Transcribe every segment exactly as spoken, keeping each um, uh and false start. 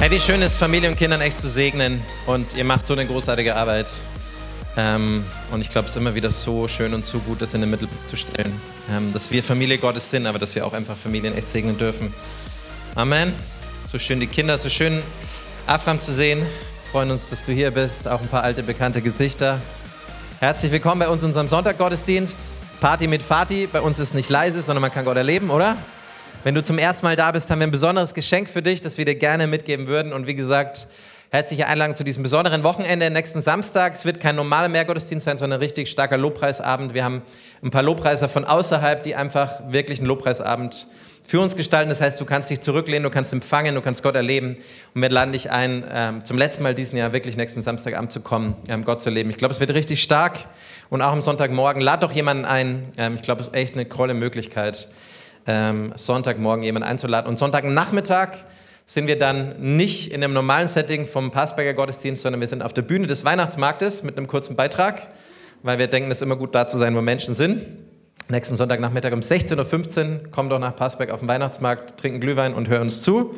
Hey, wie schön ist, Familie und Kindern echt zu segnen, und ihr macht so eine großartige Arbeit. Ähm, und ich glaube, es ist immer wieder so schön und so gut, das in den Mittelpunkt zu stellen. Ähm, dass wir Familie Gottes sind, aber dass wir auch einfach Familien echt segnen dürfen. Amen. So schön die Kinder, so schön Afram zu sehen. Wir freuen uns, dass du hier bist. Auch ein paar alte, bekannte Gesichter. Herzlich willkommen bei uns in unserem Sonntaggottesdienst. Party mit Vati. Bei uns ist nicht leise, sondern man kann Gott erleben, oder? Wenn du zum ersten Mal da bist, haben wir ein besonderes Geschenk für dich, das wir dir gerne mitgeben würden. Und wie gesagt, herzliche Einladung zu diesem besonderen Wochenende nächsten Samstag. Es wird kein normaler Mehrgottesdienst sein, sondern ein richtig starker Lobpreisabend. Wir haben ein paar Lobpreiser von außerhalb, die einfach wirklich einen Lobpreisabend für uns gestalten. Das heißt, du kannst dich zurücklehnen, du kannst empfangen, du kannst Gott erleben. Und wir laden dich ein, ähm, zum letzten Mal diesen Jahr wirklich nächsten Samstagabend zu kommen, ähm, Gott zu erleben. Ich glaube, es wird richtig stark. Und auch am Sonntagmorgen, lad doch jemanden ein. Ähm, ich glaube, es ist echt eine tolle Möglichkeit, ähm, Sonntagmorgen jemanden einzuladen. Und Sonntagnachmittag sind wir dann nicht in einem normalen Setting vom Passberger Gottesdienst, sondern wir sind auf der Bühne des Weihnachtsmarktes mit einem kurzen Beitrag, weil wir denken, es ist immer gut, da zu sein, wo Menschen sind. Nächsten Sonntagnachmittag um sechzehn Uhr fünfzehn, komm doch nach Passberg auf den Weihnachtsmarkt, trinken Glühwein und hör uns zu.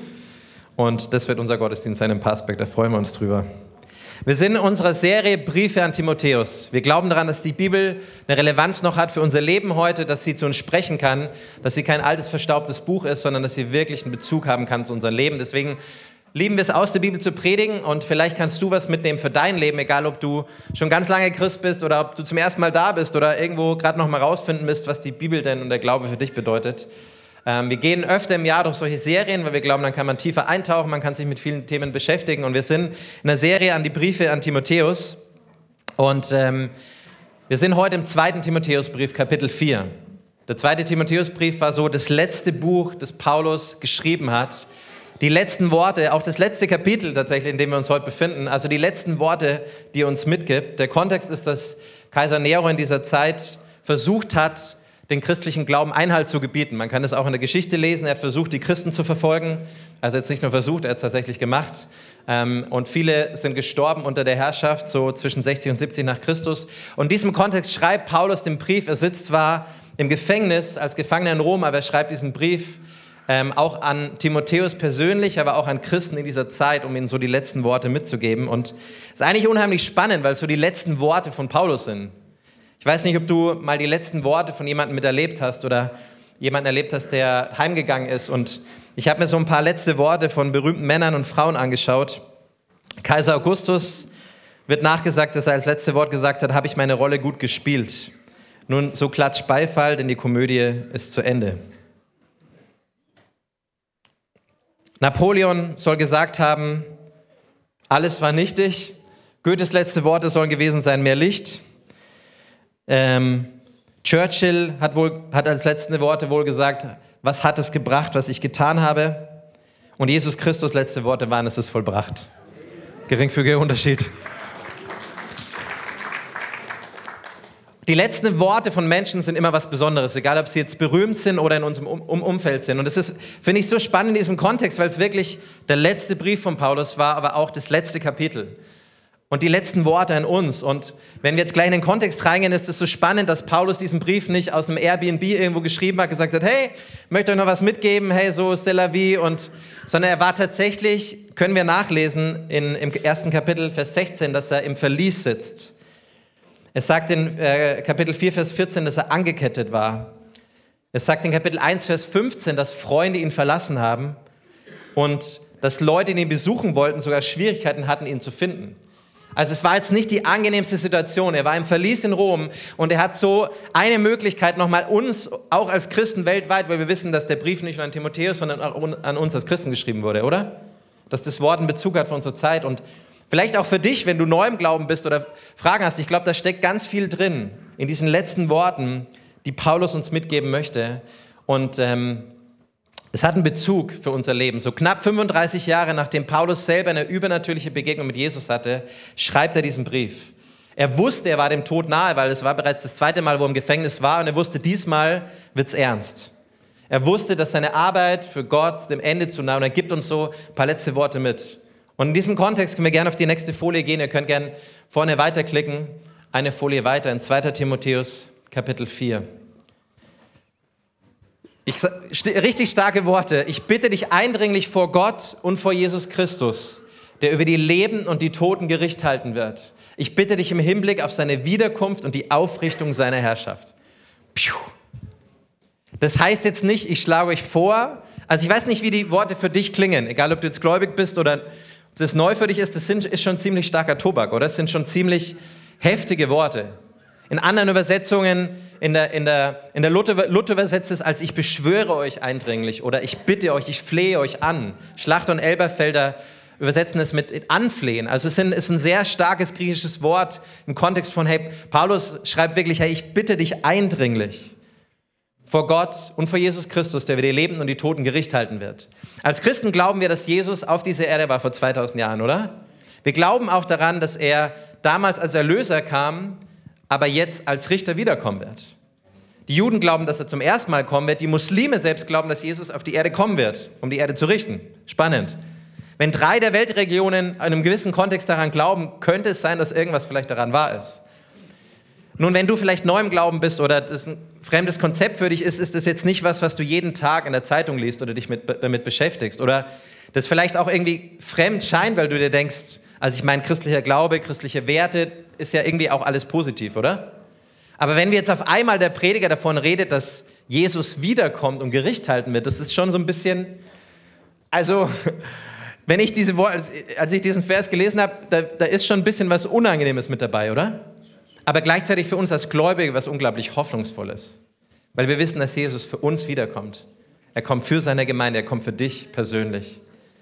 Und das wird unser Gottesdienst sein in Passberg, da freuen wir uns drüber. Wir sind in unserer Serie Briefe an Timotheus. Wir glauben daran, dass die Bibel eine Relevanz noch hat für unser Leben heute, dass sie zu uns sprechen kann, dass sie kein altes, verstaubtes Buch ist, sondern dass sie wirklich einen Bezug haben kann zu unserem Leben. Deswegen lieben wir es, aus der Bibel zu predigen, und vielleicht kannst du was mitnehmen für dein Leben, egal ob du schon ganz lange Christ bist oder ob du zum ersten Mal da bist oder irgendwo gerade noch mal rausfinden willst, was die Bibel denn und der Glaube für dich bedeutet. Ähm, wir gehen öfter im Jahr durch solche Serien, weil wir glauben, dann kann man tiefer eintauchen, man kann sich mit vielen Themen beschäftigen, und wir sind in einer Serie an die Briefe an Timotheus, und ähm, wir sind heute im zweiten Timotheusbrief, Kapitel vier. Der zweite Timotheusbrief war so das letzte Buch, das Paulus geschrieben hat. Die letzten Worte, auch das letzte Kapitel tatsächlich, in dem wir uns heute befinden, also die letzten Worte, die er uns mitgibt. Der Kontext ist, dass Kaiser Nero in dieser Zeit versucht hat, den christlichen Glauben Einhalt zu gebieten. Man kann das auch in der Geschichte lesen. Er hat versucht, die Christen zu verfolgen. Also jetzt nicht nur versucht, er hat es tatsächlich gemacht. Und viele sind gestorben unter der Herrschaft, so zwischen sechzig und siebzig nach Christus. Und in diesem Kontext schreibt Paulus den Brief. Er sitzt zwar im Gefängnis als Gefangener in Rom, aber er schreibt diesen Brief Ähm, auch an Timotheus persönlich, aber auch an Christen in dieser Zeit, um ihnen so die letzten Worte mitzugeben. Und es ist eigentlich unheimlich spannend, weil es so die letzten Worte von Paulus sind. Ich weiß nicht, ob du mal die letzten Worte von jemandem miterlebt hast oder jemanden erlebt hast, der heimgegangen ist. Und ich habe mir so ein paar letzte Worte von berühmten Männern und Frauen angeschaut. Kaiser Augustus wird nachgesagt, dass er als letzte Wort gesagt hat: habe ich meine Rolle gut gespielt. Nun, so klatscht Beifall, denn die Komödie ist zu Ende. Napoleon soll gesagt haben, alles war nichtig. Goethes letzte Worte sollen gewesen sein, mehr Licht. Ähm, Churchill hat, wohl, hat als letzte Worte wohl gesagt, was hat es gebracht, was ich getan habe? Und Jesus Christus letzte Worte waren, es ist vollbracht. Geringfügiger Unterschied. Die letzten Worte von Menschen sind immer was Besonderes, egal ob sie jetzt berühmt sind oder in unserem um- um- Umfeld sind. Und das ist, finde ich, so spannend in diesem Kontext, weil es wirklich der letzte Brief von Paulus war, aber auch das letzte Kapitel. Und die letzten Worte an uns. Und wenn wir jetzt gleich in den Kontext reingehen, ist es so spannend, dass Paulus diesen Brief nicht aus einem Airbnb irgendwo geschrieben hat, gesagt hat, hey, möchte euch noch was mitgeben, hey, so c'est la vie. Und, sondern er war tatsächlich, können wir nachlesen, in, im ersten Kapitel, Vers sechzehn, dass er im Verlies sitzt. Es sagt in äh, Kapitel vier, Vers vierzehn, dass er angekettet war. Es sagt in Kapitel eins, Vers fünfzehn, dass Freunde ihn verlassen haben und dass Leute, die ihn besuchen wollten, sogar Schwierigkeiten hatten, ihn zu finden. Also es war jetzt nicht die angenehmste Situation. Er war im Verlies in Rom, und er hat so eine Möglichkeit nochmal uns, auch als Christen weltweit, weil wir wissen, dass der Brief nicht nur an Timotheus, sondern auch an uns als Christen geschrieben wurde, oder? Dass das Wort einen Bezug hat für unsere Zeit. Und vielleicht auch für dich, wenn du neu im Glauben bist oder Fragen hast. Ich glaube, da steckt ganz viel drin in diesen letzten Worten, die Paulus uns mitgeben möchte. Und ähm, es hat einen Bezug für unser Leben. So knapp fünfunddreißig Jahre nachdem Paulus selber eine übernatürliche Begegnung mit Jesus hatte, schreibt er diesen Brief. Er wusste, er war dem Tod nahe, weil es war bereits das zweite Mal, wo er im Gefängnis war. Und er wusste, diesmal wird's ernst. Er wusste, dass seine Arbeit für Gott dem Ende zu nahe, und er gibt uns so ein paar letzte Worte mit. Und in diesem Kontext können wir gerne auf die nächste Folie gehen. Ihr könnt gerne vorne weiterklicken. Eine Folie weiter in zweiter Timotheus, Kapitel vier. Ich, st- richtig starke Worte. Ich bitte dich eindringlich vor Gott und vor Jesus Christus, der über die Lebenden und die Toten Gericht halten wird. Ich bitte dich im Hinblick auf seine Wiederkunft und die Aufrichtung seiner Herrschaft. Piu. Das heißt jetzt nicht, ich schlage euch vor, also ich weiß nicht, wie die Worte für dich klingen, egal ob du jetzt gläubig bist oder ob das neu für dich ist, das sind, ist schon ziemlich starker Tobak, oder? Das sind schon ziemlich heftige Worte. In anderen Übersetzungen, in der, in der, in der Luther, Luther übersetzt es als ich beschwöre euch eindringlich oder ich bitte euch, ich flehe euch an. Schlachter und Elberfelder übersetzen es mit anflehen. Also es ist ein sehr starkes griechisches Wort im Kontext von, hey, Paulus schreibt wirklich, hey, ich bitte dich eindringlich vor Gott und vor Jesus Christus, der über die Lebenden und die Toten Gericht halten wird. Als Christen glauben wir, dass Jesus auf dieser Erde war vor zweitausend Jahren, oder? Wir glauben auch daran, dass er damals als Erlöser kam, aber jetzt als Richter wiederkommen wird. Die Juden glauben, dass er zum ersten Mal kommen wird. Die Muslime selbst glauben, dass Jesus auf die Erde kommen wird, um die Erde zu richten. Spannend. Wenn drei der Weltregionen in einem gewissen Kontext daran glauben, könnte es sein, dass irgendwas vielleicht daran wahr ist. Nun, wenn du vielleicht neu im Glauben bist oder das ein fremdes Konzept für dich ist, ist das jetzt nicht was, was du jeden Tag in der Zeitung liest oder dich mit, damit beschäftigst. Oder das vielleicht auch irgendwie fremd scheint, weil du dir denkst, also ich meine, christlicher Glaube, christliche Werte ist ja irgendwie auch alles positiv, oder? Aber wenn wir jetzt auf einmal der Prediger davon redet, dass Jesus wiederkommt und Gericht halten wird, das ist schon so ein bisschen, also wenn ich diese Worte, als ich diesen Vers gelesen habe, da, da ist schon ein bisschen was Unangenehmes mit dabei, oder? Aber gleichzeitig für uns als Gläubige was unglaublich Hoffnungsvolles, weil wir wissen, dass Jesus für uns wiederkommt. Er kommt für seine Gemeinde, er kommt für dich persönlich.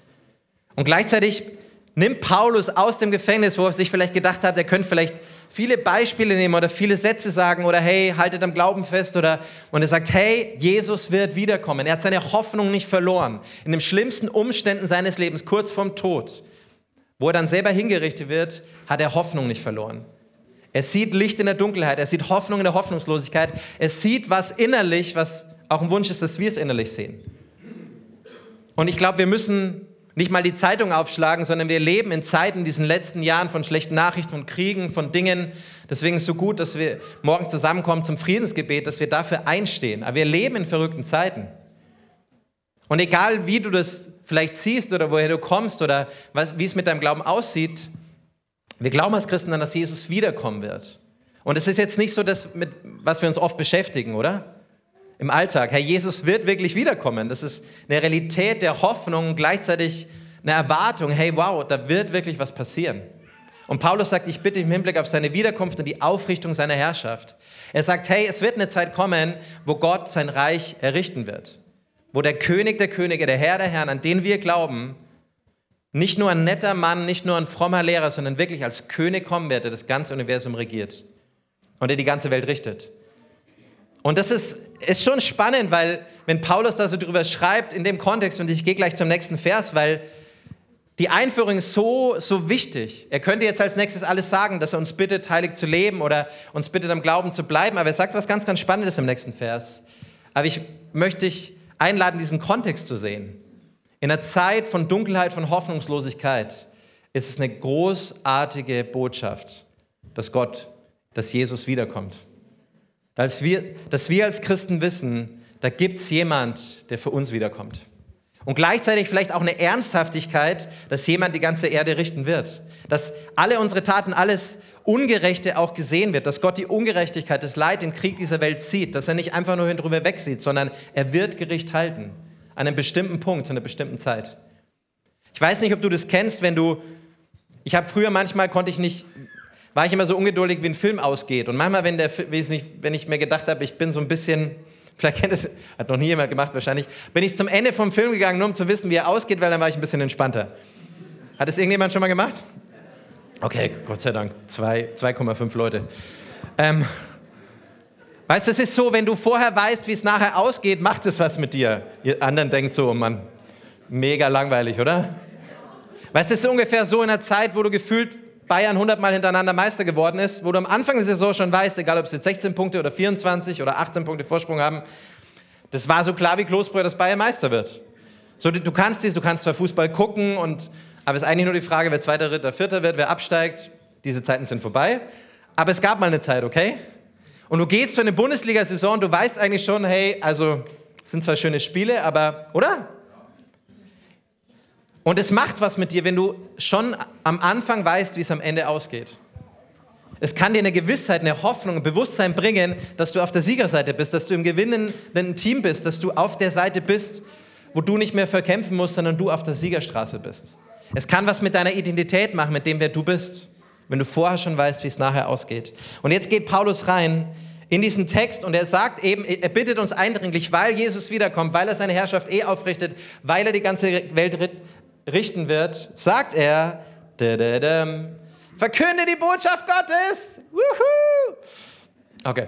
Und gleichzeitig nimmt Paulus aus dem Gefängnis, wo er sich vielleicht gedacht hat, er könnte vielleicht viele Beispiele nehmen oder viele Sätze sagen oder hey, haltet am Glauben fest oder und er sagt, hey, Jesus wird wiederkommen. Er hat seine Hoffnung nicht verloren. In den schlimmsten Umständen seines Lebens, kurz vorm Tod, wo er dann selber hingerichtet wird, hat er Hoffnung nicht verloren. Er sieht Licht in der Dunkelheit, er sieht Hoffnung in der Hoffnungslosigkeit, er sieht was innerlich, was auch ein Wunsch ist, dass wir es innerlich sehen. Und ich glaube, wir müssen nicht mal die Zeitung aufschlagen, sondern wir leben in Zeiten in diesen letzten Jahren von schlechten Nachrichten, von Kriegen, von Dingen. Deswegen ist es so gut, dass wir morgen zusammenkommen zum Friedensgebet, dass wir dafür einstehen. Aber wir leben in verrückten Zeiten. Und egal, wie du das vielleicht siehst oder woher du kommst oder was, wie es mit deinem Glauben aussieht, wir glauben als Christen dann, dass Jesus wiederkommen wird. Und es ist jetzt nicht so das, mit was wir uns oft beschäftigen, oder? Im Alltag. Herr, Jesus wird wirklich wiederkommen. Das ist eine Realität der Hoffnung und gleichzeitig eine Erwartung. Hey, wow, da wird wirklich was passieren. Und Paulus sagt, ich bitte im Hinblick auf seine Wiederkunft und die Aufrichtung seiner Herrschaft. Er sagt, hey, es wird eine Zeit kommen, wo Gott sein Reich errichten wird. Wo der König der Könige, der Herr der Herren, an den wir glauben, nicht nur ein netter Mann, nicht nur ein frommer Lehrer, sondern wirklich als König kommen wird, der das ganze Universum regiert und der die ganze Welt richtet. Und das ist, ist schon spannend, weil wenn Paulus da so drüber schreibt in dem Kontext, und ich gehe gleich zum nächsten Vers, weil die Einführung ist so, so wichtig. Er könnte jetzt als nächstes alles sagen, dass er uns bittet, heilig zu leben oder uns bittet, am Glauben zu bleiben, aber er sagt was ganz, ganz Spannendes im nächsten Vers. Aber ich möchte dich einladen, diesen Kontext zu sehen. In einer Zeit von Dunkelheit, von Hoffnungslosigkeit ist es eine großartige Botschaft, dass Gott, dass Jesus wiederkommt. Dass wir, dass wir als Christen wissen, da gibt es jemand, der für uns wiederkommt. Und gleichzeitig vielleicht auch eine Ernsthaftigkeit, dass jemand die ganze Erde richten wird. Dass alle unsere Taten, alles Ungerechte auch gesehen wird. Dass Gott die Ungerechtigkeit, das Leid, den Krieg dieser Welt sieht. Dass er nicht einfach nur drüber wegsieht, sondern er wird Gericht halten. An einem bestimmten Punkt, zu einer bestimmten Zeit. Ich weiß nicht, ob du das kennst, wenn du, ich habe früher manchmal, konnte ich nicht, war ich immer so ungeduldig, wie ein Film ausgeht. Und manchmal, wenn, der, wenn ich mir gedacht habe, ich bin so ein bisschen, vielleicht kennt das, hat noch nie jemand gemacht wahrscheinlich, bin ich zum Ende vom Film gegangen, nur um zu wissen, wie er ausgeht, weil dann war ich ein bisschen entspannter. Hat das irgendjemand schon mal gemacht? Okay, Gott sei Dank, zwei Komma fünf Leute. Ähm, Weißt du, es ist so, wenn du vorher weißt, wie es nachher ausgeht, macht es was mit dir. Ihr anderen denkt so, oh Mann, mega langweilig, oder? Weißt du, es ist ungefähr so in einer Zeit, wo du gefühlt Bayern hundertmal hintereinander Meister geworden ist, wo du am Anfang der Saison schon weißt, egal ob es jetzt sechzehn Punkte oder vierundzwanzig oder achtzehn Punkte Vorsprung haben, das war so klar wie Kloßbrühe, dass Bayern Meister wird. So, du kannst dies, du kannst zwar Fußball gucken, und, aber es ist eigentlich nur die Frage, wer Zweiter, Dritter, Vierter wird, wer absteigt. Diese Zeiten sind vorbei. Aber es gab mal eine Zeit, okay? Und du gehst für eine Bundesliga-Saison, du weißt eigentlich schon, hey, also Das sind zwar schöne Spiele, aber, oder? Und es macht was mit dir, wenn du schon am Anfang weißt, wie es am Ende ausgeht. Es kann dir eine Gewissheit, eine Hoffnung, ein Bewusstsein bringen, dass du auf der Siegerseite bist, dass du im gewinnenden Team bist, dass du auf der Seite bist, wo du nicht mehr verkämpfen musst, sondern du auf der Siegerstraße bist. Es kann was mit deiner Identität machen, mit dem, wer du bist, wenn du vorher schon weißt, wie es nachher ausgeht. Und jetzt geht Paulus rein in diesen Text und er sagt eben, er bittet uns eindringlich, weil Jesus wiederkommt, weil er seine Herrschaft eh aufrichtet, weil er die ganze Welt richten wird, sagt er, dadadam, verkünde die Botschaft Gottes. Wuhu! Okay.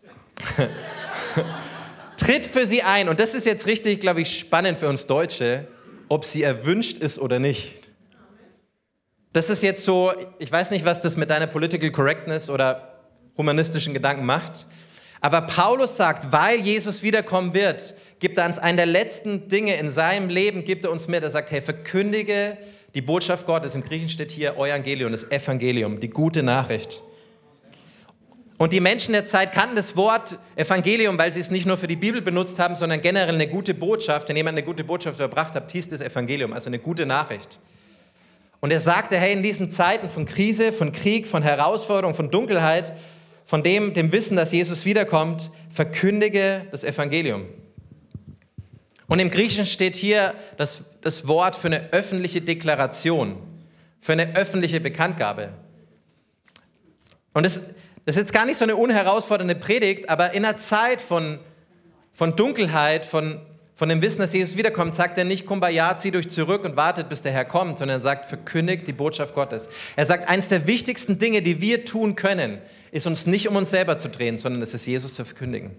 Tritt für sie ein. Und das ist jetzt richtig, glaube ich, spannend für uns Deutsche, ob sie erwünscht ist oder nicht. Das ist jetzt so, ich weiß nicht, was das mit deiner Political Correctness oder humanistischen Gedanken macht. Aber Paulus sagt, weil Jesus wiederkommen wird, gibt er uns einen der letzten Dinge in seinem Leben, gibt er uns mit. Er sagt, hey, verkündige die Botschaft Gottes. Im Griechischen steht hier Euangelion, das Evangelium, die gute Nachricht. Und die Menschen der Zeit kannten das Wort Evangelium, weil sie es nicht nur für die Bibel benutzt haben, sondern generell eine gute Botschaft. Wenn jemand eine gute Botschaft überbracht hat, hieß das Evangelium, also eine gute Nachricht. Und er sagte, hey, in diesen Zeiten von Krise, von Krieg, von Herausforderung, von Dunkelheit, von dem, dem Wissen, dass Jesus wiederkommt, verkündige das Evangelium. Und im Griechischen steht hier das, das Wort für eine öffentliche Deklaration, für eine öffentliche Bekanntgabe. Und das, das ist jetzt gar nicht so eine unherausfordernde Predigt, aber in einer Zeit von, von Dunkelheit, von, von dem Wissen, dass Jesus wiederkommt, sagt er nicht, Kumbaya, zieht euch zurück und wartet, bis der Herr kommt, sondern er sagt, verkündigt die Botschaft Gottes. Er sagt, eines der wichtigsten Dinge, die wir tun können, ist uns nicht um uns selber zu drehen, sondern es ist Jesus zu verkündigen.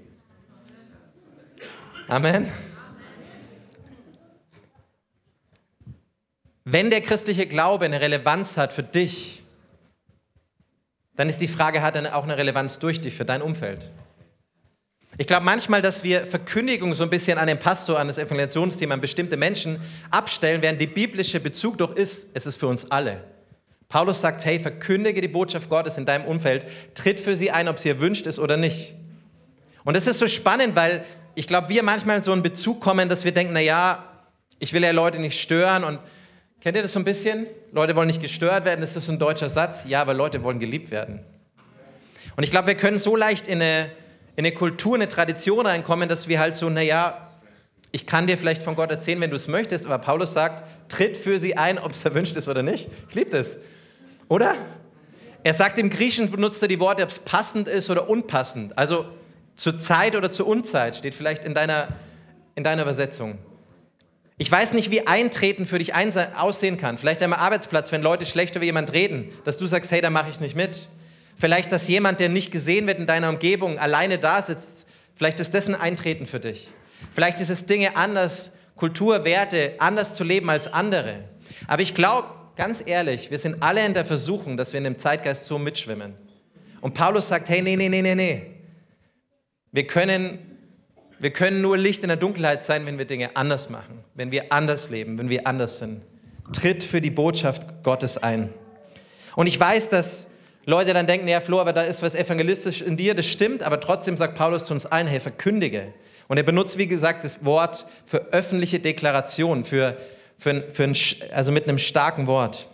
Amen. Wenn der christliche Glaube eine Relevanz hat für dich, dann ist die Frage, hat er auch eine Relevanz durch dich, für dein Umfeld? Ich glaube manchmal, dass wir Verkündigung so ein bisschen an den Pastor, an das Evangelisationsteam, an bestimmte Menschen abstellen, während der biblische Bezug doch ist, es ist für uns alle. Paulus sagt, hey, verkündige die Botschaft Gottes in deinem Umfeld, tritt für sie ein, ob sie erwünscht ist oder nicht. Und das ist so spannend, weil ich glaube, wir manchmal in so einen Bezug kommen, dass wir denken, naja, ich will ja Leute nicht stören und kennt ihr das so ein bisschen? Leute wollen nicht gestört werden, ist das so ein deutscher Satz? Ja, aber Leute wollen geliebt werden. Und ich glaube, wir können so leicht in eine, in eine Kultur, eine Tradition reinkommen, dass wir halt so, naja, ich kann dir vielleicht von Gott erzählen, wenn du es möchtest, aber Paulus sagt, tritt für sie ein, ob es erwünscht ist oder nicht. Ich liebe das. Oder? Er sagt, im Griechischen benutzt er die Worte, ob es passend ist oder unpassend. Also zur Zeit oder zur Unzeit steht vielleicht in deiner, in deiner Übersetzung. Ich weiß nicht, wie Eintreten für dich aussehen kann. Vielleicht am Arbeitsplatz, wenn Leute schlecht über jemanden reden, dass du sagst, hey, da mache ich nicht mit. Vielleicht, dass jemand, der nicht gesehen wird in deiner Umgebung, alleine da sitzt. Vielleicht ist das ein Eintreten für dich. Vielleicht ist es Dinge anders, Kultur, Werte, anders zu leben als andere. Aber ich glaube, ganz ehrlich, wir sind alle in der Versuchung, dass wir in dem Zeitgeist so mitschwimmen. Und Paulus sagt, hey, nee, nee, nee, nee, nee. Wir können, wir können nur Licht in der Dunkelheit sein, wenn wir Dinge anders machen, wenn wir anders leben, wenn wir anders sind. Tritt für die Botschaft Gottes ein. Und ich weiß, dass Leute dann denken, ja Flo, aber da ist was evangelistisch in dir, das stimmt, aber trotzdem sagt Paulus zu uns allen, hey, verkündige. Und er benutzt, wie gesagt, das Wort für öffentliche Deklaration, für, für, für ein, also mit einem starken Wort.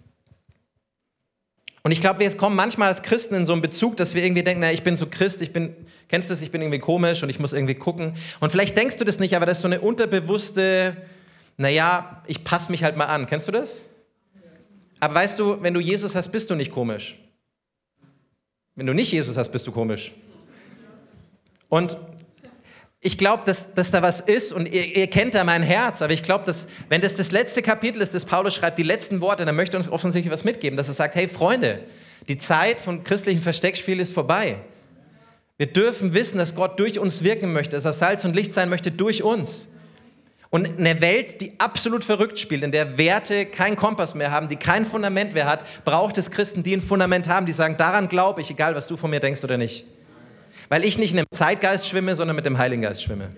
Und ich glaube, wir kommen manchmal als Christen in so einen Bezug, dass wir irgendwie denken, na, ich bin so Christ, ich bin, kennst du das, ich bin irgendwie komisch und ich muss irgendwie gucken. Und vielleicht denkst du das nicht, aber das ist so eine unterbewusste, naja, ich passe mich halt mal an. Kennst du das? Aber weißt du, wenn du Jesus hast, bist du nicht komisch. Wenn du nicht Jesus hast, bist du komisch. Und ich glaube, dass, dass da was ist und ihr, ihr kennt da mein Herz, aber ich glaube, dass wenn das das letzte Kapitel ist, das Paulus schreibt, die letzten Worte, dann möchte er uns offensichtlich was mitgeben, dass er sagt, hey Freunde, die Zeit von christlichen Versteckspiel ist vorbei. Wir dürfen wissen, dass Gott durch uns wirken möchte, dass er Salz und Licht sein möchte durch uns. Und eine Welt, die absolut verrückt spielt, in der Werte keinen Kompass mehr haben, die kein Fundament mehr hat, braucht es Christen, die ein Fundament haben, die sagen, daran glaube ich, egal was du von mir denkst oder nicht. Weil ich nicht in dem Zeitgeist schwimme, sondern mit dem Heiligen Geist schwimme.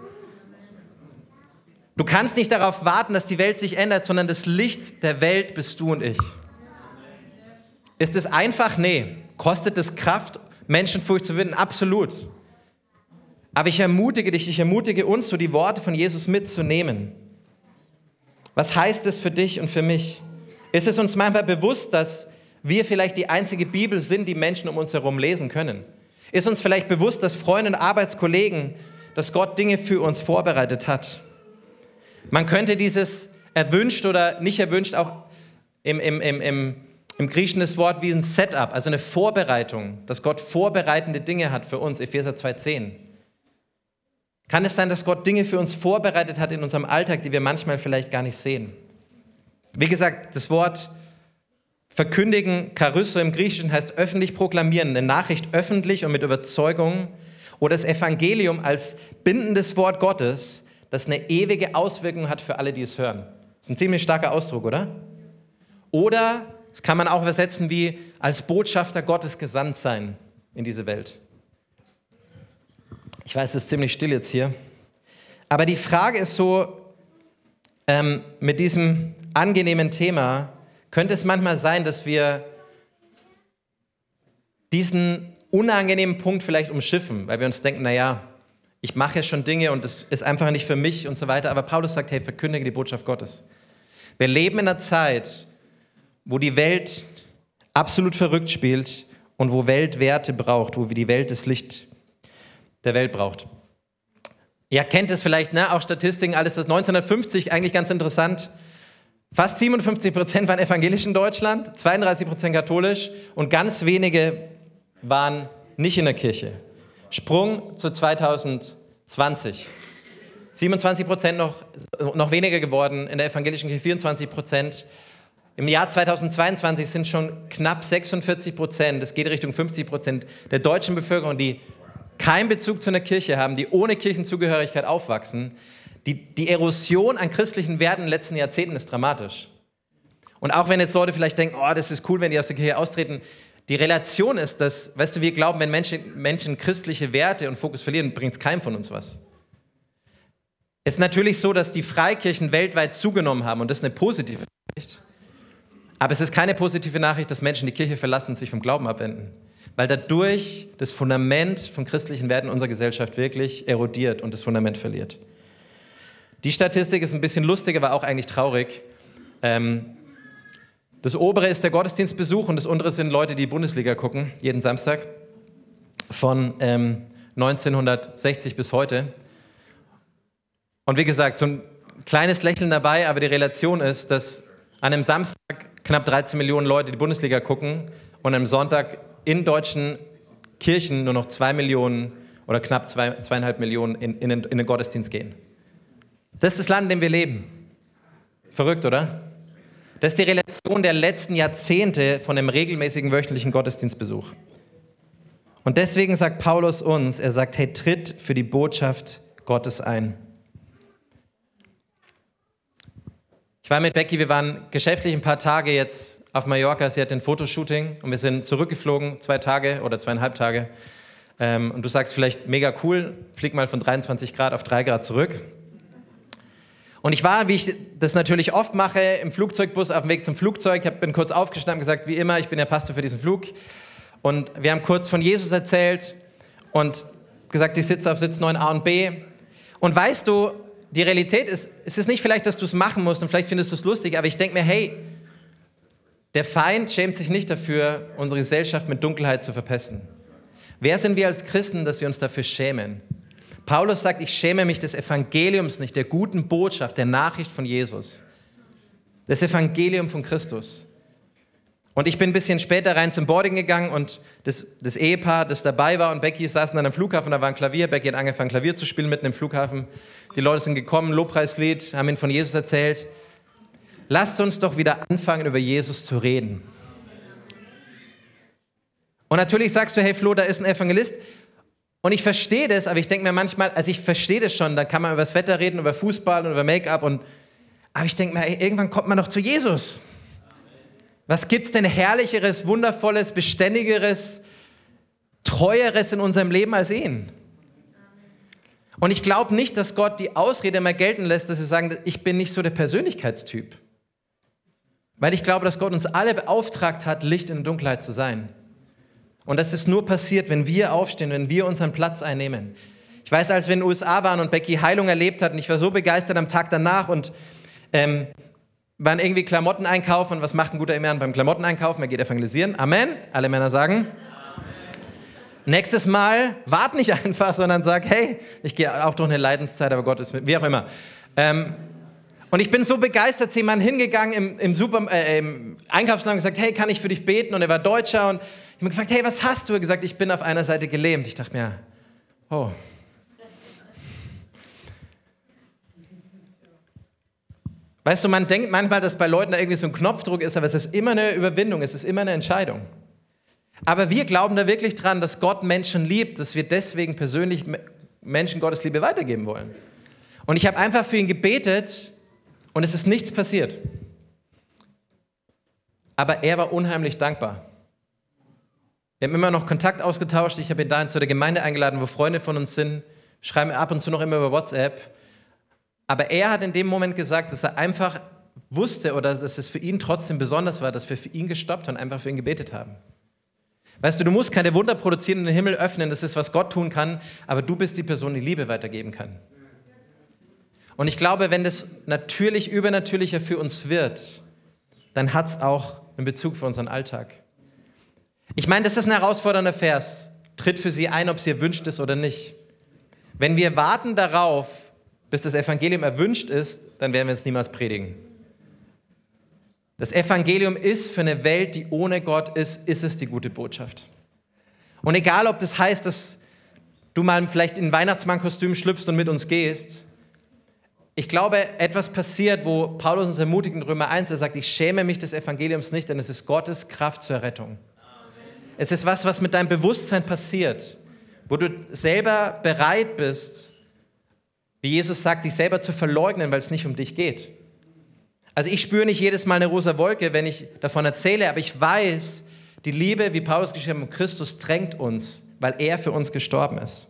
Du kannst nicht darauf warten, dass die Welt sich ändert, sondern das Licht der Welt bist du und ich. Ist es einfach? Nee. Kostet es Kraft, Menschenfurcht zu gewinnen? Absolut. Aber ich ermutige dich, ich ermutige uns, so die Worte von Jesus mitzunehmen. Was heißt es für dich und für mich? Ist es uns manchmal bewusst, dass wir vielleicht die einzige Bibel sind, die Menschen um uns herum lesen können? Ist uns vielleicht bewusst, dass Freunde und Arbeitskollegen, dass Gott Dinge für uns vorbereitet hat? Man könnte dieses erwünscht oder nicht erwünscht auch im, im, im, im, im Griechischen das Wort wie ein Setup, also eine Vorbereitung, dass Gott vorbereitende Dinge hat für uns, Epheser zwei zehn. Kann es sein, dass Gott Dinge für uns vorbereitet hat in unserem Alltag, die wir manchmal vielleicht gar nicht sehen? Wie gesagt, das Wort verkündigen, charysso im Griechischen, heißt öffentlich proklamieren, eine Nachricht öffentlich und mit Überzeugung, oder das Evangelium als bindendes Wort Gottes, das eine ewige Auswirkung hat für alle, die es hören. Das ist ein ziemlich starker Ausdruck, oder? Oder, das kann man auch übersetzen wie als Botschafter Gottes gesandt sein in diese Welt. Ich weiß, es ist ziemlich still jetzt hier. Aber die Frage ist so, ähm, mit diesem angenehmen Thema, könnte es manchmal sein, dass wir diesen unangenehmen Punkt vielleicht umschiffen, weil wir uns denken, naja, ich mache ja schon Dinge und das ist einfach nicht für mich und so weiter. Aber Paulus sagt, hey, verkündige die Botschaft Gottes. Wir leben in einer Zeit, wo die Welt absolut verrückt spielt und wo Welt Werte braucht, wo die Welt das Licht der Welt braucht. Ihr kennt es vielleicht, ne? Auch Statistiken, alles das neunzehnhundertfünfzig, eigentlich ganz interessant. Fast siebenundfünfzig Prozent waren evangelisch in Deutschland, zweiunddreißig Prozent katholisch und ganz wenige waren nicht in der Kirche. Sprung zu zweitausendzwanzig. siebenundzwanzig Prozent noch, noch weniger geworden, in der evangelischen Kirche vierundzwanzig Prozent. Im Jahr zweitausendzweiundzwanzig sind schon knapp sechsundvierzig Prozent, das geht Richtung fünfzig Prozent der deutschen Bevölkerung, die keinen Bezug zu einer Kirche haben, die ohne Kirchenzugehörigkeit aufwachsen. Die, die Erosion an christlichen Werten in den letzten Jahrzehnten ist dramatisch. Und auch wenn jetzt Leute vielleicht denken, oh, das ist cool, wenn die aus der Kirche austreten, die Relation ist, dass, weißt du, wir glauben, wenn Menschen, Menschen christliche Werte und Fokus verlieren, bringt es keinem von uns was. Es ist natürlich so, dass die Freikirchen weltweit zugenommen haben und das ist eine positive Nachricht. Aber es ist keine positive Nachricht, dass Menschen die Kirche verlassen und sich vom Glauben abwenden. Weil dadurch das Fundament von christlichen Werten in unserer Gesellschaft wirklich erodiert und das Fundament verliert. Die Statistik ist ein bisschen lustig, aber auch eigentlich traurig. Das obere ist der Gottesdienstbesuch und das untere sind Leute, die Bundesliga gucken, jeden Samstag, von neunzehnhundertsechzig bis heute. Und wie gesagt, so ein kleines Lächeln dabei, aber die Relation ist, dass an einem Samstag knapp dreizehn Millionen Leute die Bundesliga gucken und am Sonntag in deutschen Kirchen nur noch zwei Millionen oder knapp zwei, zweieinhalb Millionen in, in, in den Gottesdienst gehen. Das ist das Land, in dem wir leben. Verrückt, oder? Das ist die Relation der letzten Jahrzehnte von dem regelmäßigen wöchentlichen Gottesdienstbesuch. Und deswegen sagt Paulus uns, er sagt, hey, tritt für die Botschaft Gottes ein. Ich war mit Becky, wir waren geschäftlich ein paar Tage jetzt auf Mallorca, sie hat ein Fotoshooting und wir sind zurückgeflogen, zwei Tage oder zweieinhalb Tage. Ähm, und du sagst vielleicht, mega cool, flieg mal von dreiundzwanzig Grad auf drei Grad zurück. Und ich war, wie ich das natürlich oft mache, im Flugzeugbus auf dem Weg zum Flugzeug, ich bin kurz aufgestanden und gesagt, wie immer, ich bin der Pastor für diesen Flug. Und wir haben kurz von Jesus erzählt und gesagt, ich sitze auf Sitz neun a und b. Und weißt du, die Realität ist, es ist nicht vielleicht, dass du es machen musst und vielleicht findest du es lustig, aber ich denke mir, hey, der Feind schämt sich nicht dafür, unsere Gesellschaft mit Dunkelheit zu verpesten. Wer sind wir als Christen, dass wir uns dafür schämen? Paulus sagt, ich schäme mich des Evangeliums nicht, der guten Botschaft, der Nachricht von Jesus. Das Evangelium von Christus. Und ich bin ein bisschen später rein zum Boarding gegangen und das, das Ehepaar, das dabei war und Becky saßen dann am Flughafen, da war ein Klavier, Becky hat angefangen Klavier zu spielen mitten im Flughafen. Die Leute sind gekommen, Lobpreislied, haben ihnen von Jesus erzählt. Lasst uns doch wieder anfangen, über Jesus zu reden. Und natürlich sagst du, hey Flo, da ist ein Evangelist. Und ich verstehe das, aber ich denke mir manchmal, also ich verstehe das schon, dann kann man über das Wetter reden, über Fußball und über Make-up. Und, aber ich denke mir, hey, irgendwann kommt man doch zu Jesus. Was gibt's denn Herrlicheres, Wundervolles, Beständigeres, Treueres in unserem Leben als ihn? Und ich glaube nicht, dass Gott die Ausrede mal gelten lässt, dass wir sagen, ich bin nicht so der Persönlichkeitstyp. Weil ich glaube, dass Gott uns alle beauftragt hat, Licht in der Dunkelheit zu sein. Und dass es nur passiert, wenn wir aufstehen, wenn wir unseren Platz einnehmen. Ich weiß, als wir in den U S A waren und Becky Heilung erlebt hat, und ich war so begeistert am Tag danach und ähm, waren irgendwie Klamotten einkaufen. Und was macht ein guter Ehemann beim Klamotten einkaufen? Er geht evangelisieren. Amen. Alle Männer sagen. Nächstes Mal wart nicht einfach, sondern sag, hey, ich gehe auch durch eine Leidenszeit, aber Gott ist mit, wie auch immer. Ähm, und ich bin so begeistert, zu jemandem hingegangen im, im, Super, äh, im Einkaufsladen und gesagt, hey, kann ich für dich beten? Und er war Deutscher und ich habe ihn gefragt, hey, was hast du? Er hat gesagt, ich bin auf einer Seite gelähmt. Ich dachte mir, oh. Weißt du, man denkt manchmal, dass bei Leuten da irgendwie so ein Knopfdruck ist, aber es ist immer eine Überwindung, es ist immer eine Entscheidung. Aber wir glauben da wirklich dran, dass Gott Menschen liebt, dass wir deswegen persönlich Menschen Gottes Liebe weitergeben wollen. Und ich habe einfach für ihn gebetet und es ist nichts passiert. Aber er war unheimlich dankbar. Wir haben immer noch Kontakt ausgetauscht. Ich habe ihn dahin zu der Gemeinde eingeladen, wo Freunde von uns sind. Schreiben ab und zu noch immer über WhatsApp. Aber er hat in dem Moment gesagt, dass er einfach wusste oder dass es für ihn trotzdem besonders war, dass wir für ihn gestoppt und einfach für ihn gebetet haben. Weißt du, du musst keine Wunder produzieren und den Himmel öffnen, das ist, was Gott tun kann, aber du bist die Person, die Liebe weitergeben kann. Und ich glaube, wenn das natürlich übernatürlicher für uns wird, dann hat es auch einen Bezug für unseren Alltag. Ich meine, das ist ein herausfordernder Vers. Tritt für sie ein, ob sie erwünscht ist oder nicht. Wenn wir warten darauf, bis das Evangelium erwünscht ist, dann werden wir es niemals predigen. Das Evangelium ist für eine Welt, die ohne Gott ist, ist es die gute Botschaft. Und egal, ob das heißt, dass du mal vielleicht in ein Weihnachtsmannkostüm schlüpfst und mit uns gehst, ich glaube, etwas passiert, wo Paulus uns ermutigt in Römer eins, er sagt, ich schäme mich des Evangeliums nicht, denn es ist Gottes Kraft zur Rettung. Es ist was, was mit deinem Bewusstsein passiert, wo du selber bereit bist, wie Jesus sagt, dich selber zu verleugnen, weil es nicht um dich geht. Also ich spüre nicht jedes Mal eine rosa Wolke, wenn ich davon erzähle, aber ich weiß, die Liebe, wie Paulus geschrieben hat, Christus drängt uns, weil er für uns gestorben ist.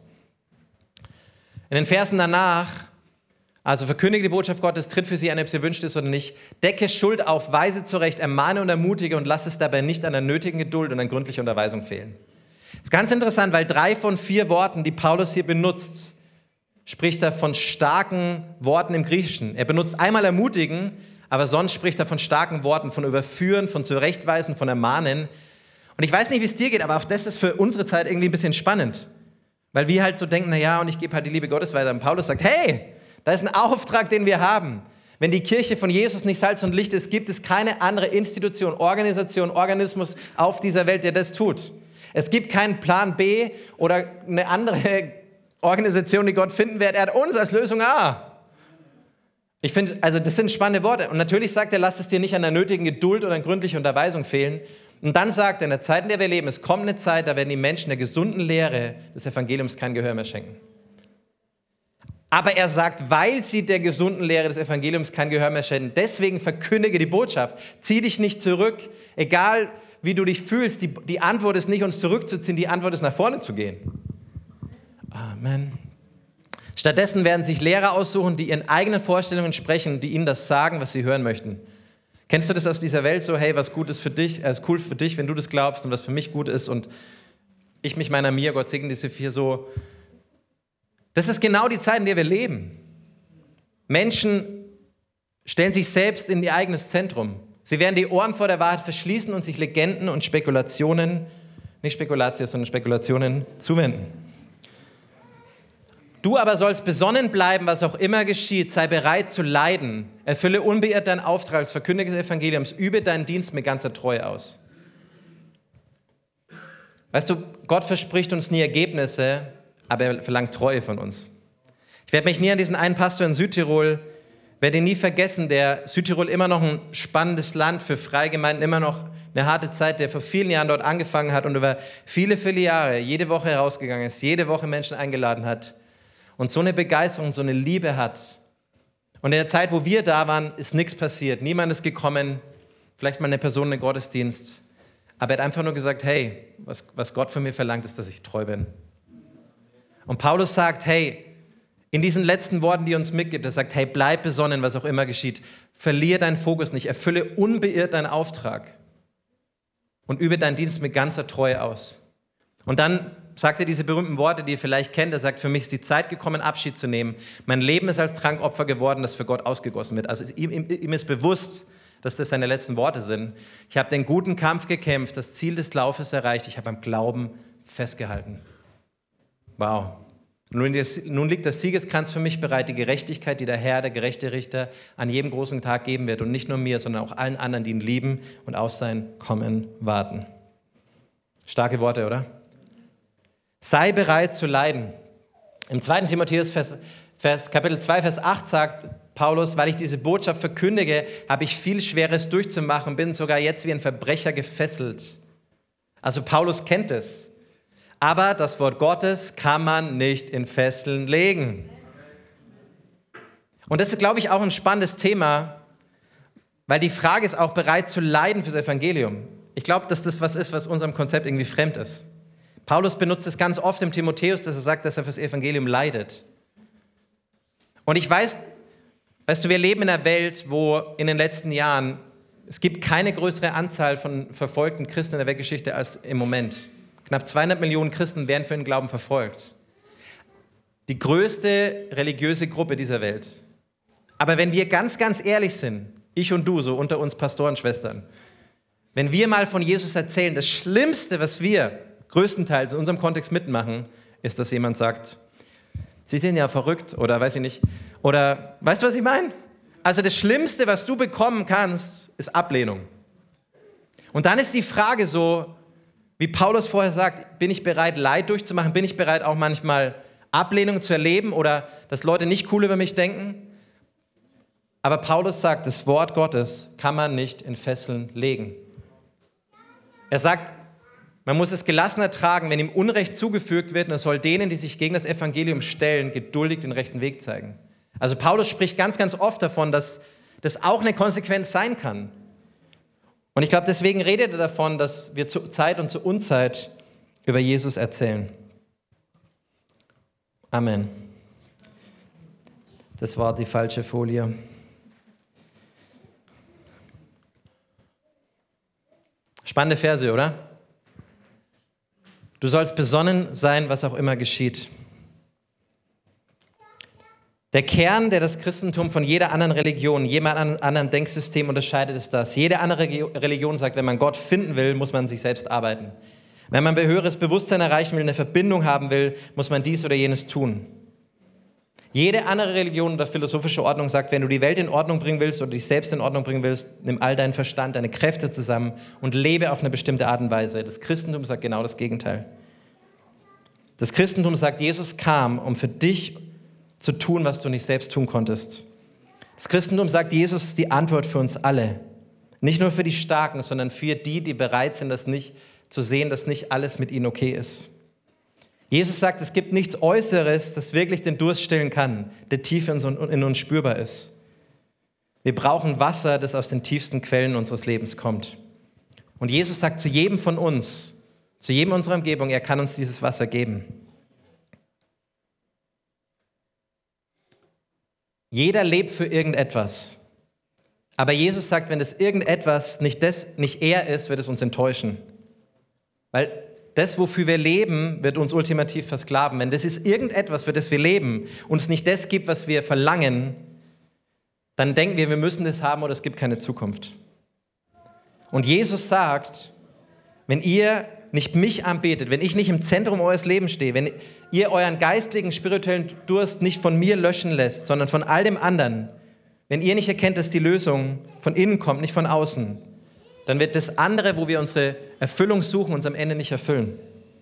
In den Versen danach, also verkündige die Botschaft Gottes, tritt für sie ein, ob sie erwünscht ist oder nicht, decke Schuld auf, weise zurecht, ermahne und ermutige und lass es dabei nicht an der nötigen Geduld und an gründlicher Unterweisung fehlen. Das ist ganz interessant, weil drei von vier Worten, die Paulus hier benutzt, spricht er von starken Worten im Griechischen. Er benutzt einmal ermutigen, aber sonst spricht er von starken Worten, von überführen, von zurechtweisen, von ermahnen. Und ich weiß nicht, wie es dir geht, aber auch das ist für unsere Zeit irgendwie ein bisschen spannend. Weil wir halt so denken, naja, und ich gebe halt die Liebe Gottes weiter. Und Paulus sagt, hey, da ist ein Auftrag, den wir haben. Wenn die Kirche von Jesus nicht Salz und Licht ist, gibt es keine andere Institution, Organisation, Organismus auf dieser Welt, der das tut. Es gibt keinen Plan B oder eine andere Organisation, die Gott finden wird. Er hat uns als Lösung A. Ich finde, also das sind spannende Worte. Und natürlich sagt er, lass es dir nicht an der nötigen Geduld oder an gründlicher Unterweisung fehlen. Und dann sagt er, in der Zeit, in der wir leben, es kommt eine Zeit, da werden die Menschen der gesunden Lehre des Evangeliums kein Gehör mehr schenken. Aber er sagt, weil sie der gesunden Lehre des Evangeliums kein Gehör mehr schenken, deswegen verkündige die Botschaft. Zieh dich nicht zurück, egal wie du dich fühlst. Die, die Antwort ist nicht, uns zurückzuziehen, die Antwort ist, nach vorne zu gehen. Amen. Stattdessen werden sich Lehrer aussuchen, die ihren eigenen Vorstellungen sprechen, die ihnen das sagen, was sie hören möchten. Kennst du das aus dieser Welt so, hey, was gut ist für dich, äh, ist cool für dich, wenn du das glaubst und was für mich gut ist und ich mich meiner Mia, Gott segne diese vier so. Das ist genau die Zeit, in der wir leben. Menschen stellen sich selbst in ihr eigenes Zentrum. Sie werden die Ohren vor der Wahrheit verschließen und sich Legenden und Spekulationen, nicht Spekulatius, sondern Spekulationen zuwenden. Du aber sollst besonnen bleiben, was auch immer geschieht, sei bereit zu leiden, erfülle unbeirrt deinen Auftrag als Verkündiger des Evangeliums, übe deinen Dienst mit ganzer Treue aus. Weißt du, Gott verspricht uns nie Ergebnisse, aber er verlangt Treue von uns. Ich werde mich nie an diesen einen Pastor in Südtirol, werde ihn nie vergessen, der Südtirol immer noch ein spannendes Land für Freigemeinden, immer noch eine harte Zeit, der vor vielen Jahren dort angefangen hat und über viele, viele Jahre jede Woche herausgegangen ist, jede Woche Menschen eingeladen hat und so eine Begeisterung, so eine Liebe hat. Und in der Zeit, wo wir da waren, ist nichts passiert. Niemand ist gekommen, vielleicht mal eine Person in den Gottesdienst. Aber er hat einfach nur gesagt, hey, was, was Gott von mir verlangt, ist, dass ich treu bin. Und Paulus sagt, hey, in diesen letzten Worten, die er uns mitgibt, er sagt, hey, bleib besonnen, was auch immer geschieht. Verlier deinen Fokus nicht, erfülle unbeirrt deinen Auftrag und übe deinen Dienst mit ganzer Treue aus. Und dann sagt er diese berühmten Worte, die ihr vielleicht kennt. Er sagt, für mich ist die Zeit gekommen, Abschied zu nehmen. Mein Leben ist als Trankopfer geworden, das für Gott ausgegossen wird. Also ihm, ihm, ihm ist bewusst, dass das seine letzten Worte sind. Ich habe den guten Kampf gekämpft, das Ziel des Laufes erreicht. Ich habe am Glauben festgehalten. Wow. Nun, nun liegt der Siegeskranz für mich bereit, die Gerechtigkeit, die der Herr, der gerechte Richter, an jedem großen Tag geben wird. Und nicht nur mir, sondern auch allen anderen, die ihn lieben und auf sein Kommen warten. Starke Worte, oder? Sei bereit zu leiden. Im zweiten Timotheus, Vers, Vers, Kapitel zwei, Vers acht sagt Paulus, weil ich diese Botschaft verkündige, habe ich viel Schweres durchzumachen, bin sogar jetzt wie ein Verbrecher gefesselt. Also Paulus kennt es. Aber das Wort Gottes kann man nicht in Fesseln legen. Und das ist, glaube ich, auch ein spannendes Thema, weil die Frage ist auch, bereit zu leiden fürs Evangelium. Ich glaube, dass das was ist, was unserem Konzept irgendwie fremd ist. Paulus benutzt es ganz oft im Timotheus, dass er sagt, dass er fürs Evangelium leidet. Und ich weiß, weißt du, wir leben in einer Welt, wo in den letzten Jahren, es gibt keine größere Anzahl von verfolgten Christen in der Weltgeschichte als im Moment. Knapp zweihundert Millionen Christen werden für ihren Glauben verfolgt. Die größte religiöse Gruppe dieser Welt. Aber wenn wir ganz, ganz ehrlich sind, ich und du, so unter uns Pastorenschwestern, wenn wir mal von Jesus erzählen, das Schlimmste, was wir größtenteils in unserem Kontext mitmachen, ist, dass jemand sagt, Sie sind ja verrückt oder weiß ich nicht. Oder, weißt du, was ich meine? Also das Schlimmste, was du bekommen kannst, ist Ablehnung. Und dann ist die Frage so, wie Paulus vorher sagt, bin ich bereit, Leid durchzumachen? Bin ich bereit, auch manchmal Ablehnung zu erleben oder dass Leute nicht cool über mich denken? Aber Paulus sagt, das Wort Gottes kann man nicht in Fesseln legen. Er sagt, man muss es gelassen ertragen, wenn ihm Unrecht zugefügt wird, und er soll denen, die sich gegen das Evangelium stellen, geduldig den rechten Weg zeigen. Also Paulus spricht ganz, ganz oft davon, dass das auch eine Konsequenz sein kann. Und ich glaube, deswegen redet er davon, dass wir zu Zeit und zu Unzeit über Jesus erzählen. Amen. Das war die falsche Folie. Spannende Verse, oder? Du sollst besonnen sein, was auch immer geschieht. Der Kern, der das Christentum von jeder anderen Religion, jedem anderen Denksystem unterscheidet, ist das. Jede andere Religion sagt, wenn man Gott finden will, muss man sich selbst arbeiten. Wenn man ein höheres Bewusstsein erreichen will, eine Verbindung haben will, muss man dies oder jenes tun. Jede andere Religion oder philosophische Ordnung sagt, wenn du die Welt in Ordnung bringen willst oder dich selbst in Ordnung bringen willst, nimm all deinen Verstand, deine Kräfte zusammen und lebe auf eine bestimmte Art und Weise. Das Christentum sagt genau das Gegenteil. Das Christentum sagt, Jesus kam, um für dich zu tun, was du nicht selbst tun konntest. Das Christentum sagt, Jesus ist die Antwort für uns alle. Nicht nur für die Starken, sondern für die, die bereit sind, das nicht zu sehen, dass nicht alles mit ihnen okay ist. Jesus sagt, es gibt nichts Äußeres, das wirklich den Durst stillen kann, der tief in uns spürbar ist. Wir brauchen Wasser, das aus den tiefsten Quellen unseres Lebens kommt. Und Jesus sagt zu jedem von uns, zu jedem unserer Umgebung, er kann uns dieses Wasser geben. Jeder lebt für irgendetwas. Aber Jesus sagt, wenn das irgendetwas nicht, das, nicht er ist, wird es uns enttäuschen. Weil das, wofür wir leben, wird uns ultimativ versklaven. Wenn das ist irgendetwas, für das wir leben, und es nicht das gibt, was wir verlangen, dann denken wir, wir müssen das haben oder es gibt keine Zukunft. Und Jesus sagt, wenn ihr nicht mich anbetet, wenn ich nicht im Zentrum eures Lebens stehe, wenn ihr euren geistlichen, spirituellen Durst nicht von mir löschen lässt, sondern von all dem anderen, wenn ihr nicht erkennt, dass die Lösung von innen kommt, nicht von außen, dann wird das andere, wo wir unsere Erfüllung suchen, uns am Ende nicht erfüllen.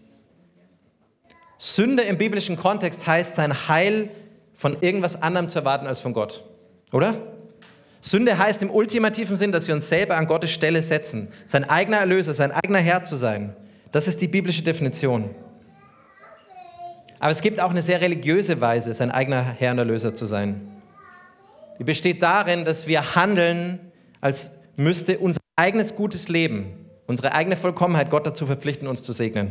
Sünde im biblischen Kontext heißt, sein Heil von irgendwas anderem zu erwarten als von Gott. Oder? Sünde heißt im ultimativen Sinn, dass wir uns selber an Gottes Stelle setzen, sein eigener Erlöser, sein eigener Herr zu sein. Das ist die biblische Definition. Aber es gibt auch eine sehr religiöse Weise, sein eigener Herr und Erlöser zu sein. Die besteht darin, dass wir handeln, als müsste unser eigenes gutes Leben, unsere eigene Vollkommenheit Gott dazu verpflichten, uns zu segnen.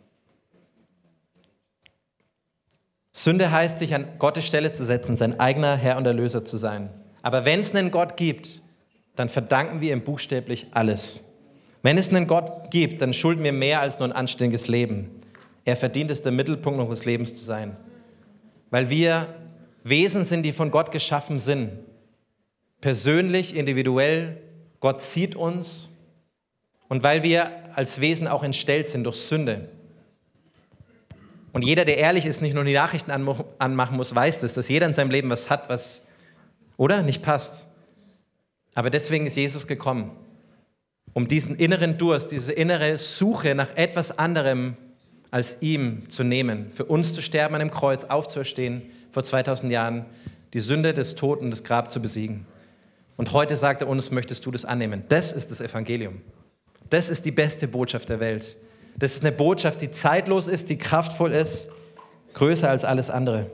Sünde heißt, sich an Gottes Stelle zu setzen, sein eigener Herr und Erlöser zu sein. Aber wenn es einen Gott gibt, dann verdanken wir ihm buchstäblich alles. Wenn es einen Gott gibt, dann schulden wir mehr als nur ein anständiges Leben. Er verdient es, der Mittelpunkt unseres Lebens zu sein. Weil wir Wesen sind, die von Gott geschaffen sind. Persönlich, individuell. Gott sieht uns. Und weil wir als Wesen auch entstellt sind durch Sünde. Und jeder, der ehrlich ist, nicht nur die Nachrichten anmachen muss, weiß das, dass jeder in seinem Leben was hat, was, oder, nicht passt. Aber deswegen ist Jesus gekommen, um diesen inneren Durst, diese innere Suche nach etwas anderem als ihm zu nehmen, für uns zu sterben an dem Kreuz, aufzuerstehen vor zweitausend Jahren, die Sünde des Toten, das Grab zu besiegen. Und heute sagt er uns, möchtest du das annehmen? Das ist das Evangelium. Das ist die beste Botschaft der Welt. Das ist eine Botschaft, die zeitlos ist, die kraftvoll ist, größer als alles andere.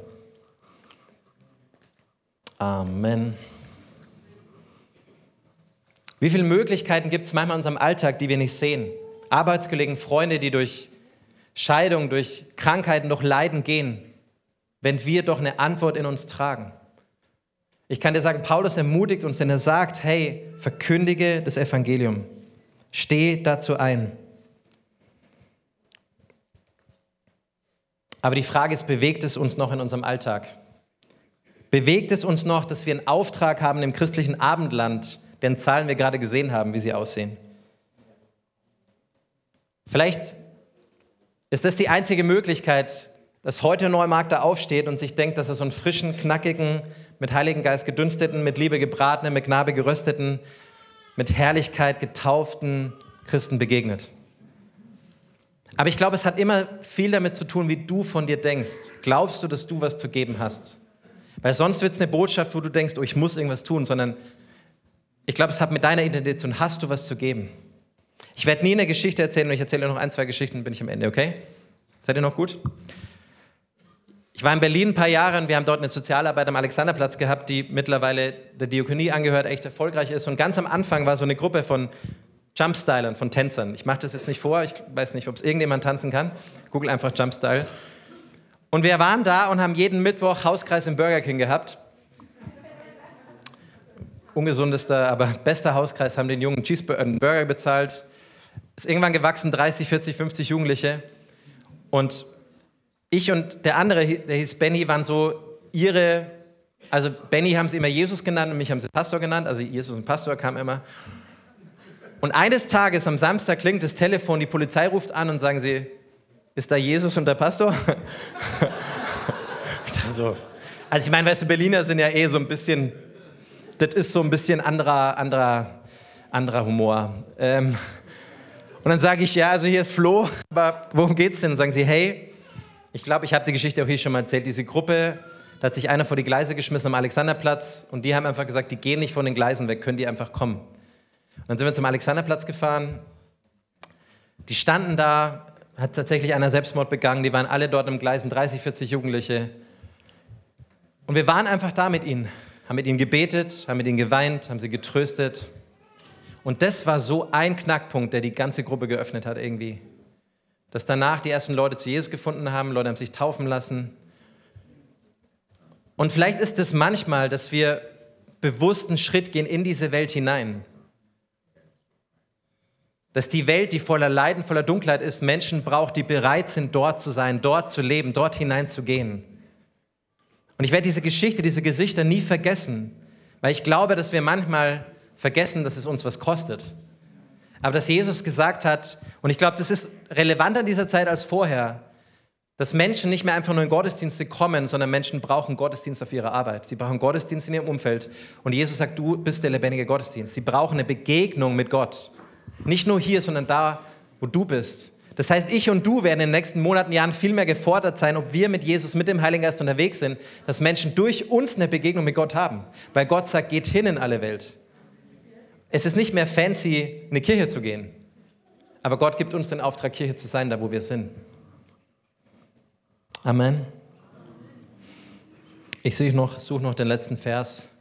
Amen. Wie viele Möglichkeiten gibt es manchmal in unserem Alltag, die wir nicht sehen? Arbeitskollegen, Freunde, die durch Scheidung, durch Krankheiten, durch Leiden gehen, wenn wir doch eine Antwort in uns tragen. Ich kann dir sagen, Paulus ermutigt uns, denn er sagt, hey, verkündige das Evangelium. Steh dazu ein. Aber die Frage ist, bewegt es uns noch in unserem Alltag? Bewegt es uns noch, dass wir einen Auftrag haben im christlichen Abendland, deren Zahlen wir gerade gesehen haben, wie sie aussehen? Vielleicht ist das die einzige Möglichkeit, dass heute Neumarkt da aufsteht und sich denkt, dass er so einen frischen, knackigen, mit Heiligen Geist gedünsteten, mit Liebe gebratenen, mit Gnade gerösteten, mit Herrlichkeit getauften Christen begegnet. Aber ich glaube, es hat immer viel damit zu tun, wie du von dir denkst. Glaubst du, dass du was zu geben hast? Weil sonst wird es eine Botschaft, wo du denkst, oh, ich muss irgendwas tun, sondern ich glaube, es hat mit deiner Identität zu tun, hast du was zu geben? Ich werde nie eine Geschichte erzählen, und ich erzähle noch ein, zwei Geschichten, dann bin ich am Ende, okay? Seid ihr noch gut? Ich war in Berlin ein paar Jahre und wir haben dort eine Sozialarbeit am Alexanderplatz gehabt, die mittlerweile der Diakonie angehört, echt erfolgreich ist. Und ganz am Anfang war so eine Gruppe von Jumpstylern, von Tänzern. Ich mache das jetzt nicht vor, ich weiß nicht, ob es irgendjemand tanzen kann. Google einfach Jumpstyle. Und wir waren da und haben jeden Mittwoch Hauskreis im Burger King gehabt. Ungesundester, aber bester Hauskreis, haben den Jungen einen Burger bezahlt. Ist irgendwann gewachsen, dreißig, vierzig, fünfzig Jugendliche. Und ich und der andere, der hieß Benny, waren so ihre, also Benny haben sie immer Jesus genannt und mich haben sie Pastor genannt, also Jesus und Pastor kamen immer. Und eines Tages, am Samstag, klingt das Telefon, die Polizei ruft an und sagen sie, ist da Jesus und der Pastor? Ich dachte so, also ich meine, weißt du, Berliner sind ja eh so ein bisschen, das ist so ein bisschen anderer, anderer, anderer Humor. Ähm, und dann sage ich, ja, also hier ist Flo, aber worum geht's denn? Und sagen sie, hey, ich glaube, ich habe die Geschichte auch hier schon mal erzählt, diese Gruppe, da hat sich einer vor die Gleise geschmissen am Alexanderplatz und die haben einfach gesagt, die gehen nicht von den Gleisen weg, können die einfach kommen. Und dann sind wir zum Alexanderplatz gefahren, die standen da, hat tatsächlich einer Selbstmord begangen, die waren alle dort im Gleisen, dreißig, vierzig Jugendliche. Und wir waren einfach da mit ihnen, haben mit ihnen gebetet, haben mit ihnen geweint, haben sie getröstet. Und das war so ein Knackpunkt, der die ganze Gruppe geöffnet hat irgendwie. Dass danach die ersten Leute zu Jesus gefunden haben, Leute haben sich taufen lassen. Und vielleicht ist es manchmal, dass wir bewusst einen Schritt gehen in diese Welt hinein. Dass die Welt, die voller Leiden, voller Dunkelheit ist, Menschen braucht, die bereit sind, dort zu sein, dort zu leben, dort hineinzugehen. Und ich werde diese Geschichte, diese Gesichter nie vergessen, weil ich glaube, dass wir manchmal vergessen, dass es uns was kostet. Aber dass Jesus gesagt hat, und ich glaube, das ist relevanter in dieser Zeit als vorher, dass Menschen nicht mehr einfach nur in Gottesdienste kommen, sondern Menschen brauchen Gottesdienst auf ihrer Arbeit. Sie brauchen Gottesdienst in ihrem Umfeld. Und Jesus sagt, du bist der lebendige Gottesdienst. Sie brauchen eine Begegnung mit Gott. Nicht nur hier, sondern da, wo du bist. Das heißt, ich und du werden in den nächsten Monaten, Jahren viel mehr gefordert sein, ob wir mit Jesus, mit dem Heiligen Geist unterwegs sind, dass Menschen durch uns eine Begegnung mit Gott haben. Weil Gott sagt, geht hin in alle Welt. Es ist nicht mehr fancy, in eine Kirche zu gehen. Aber Gott gibt uns den Auftrag, Kirche zu sein, da wo wir sind. Amen. Ich suche noch, suche noch den letzten Vers.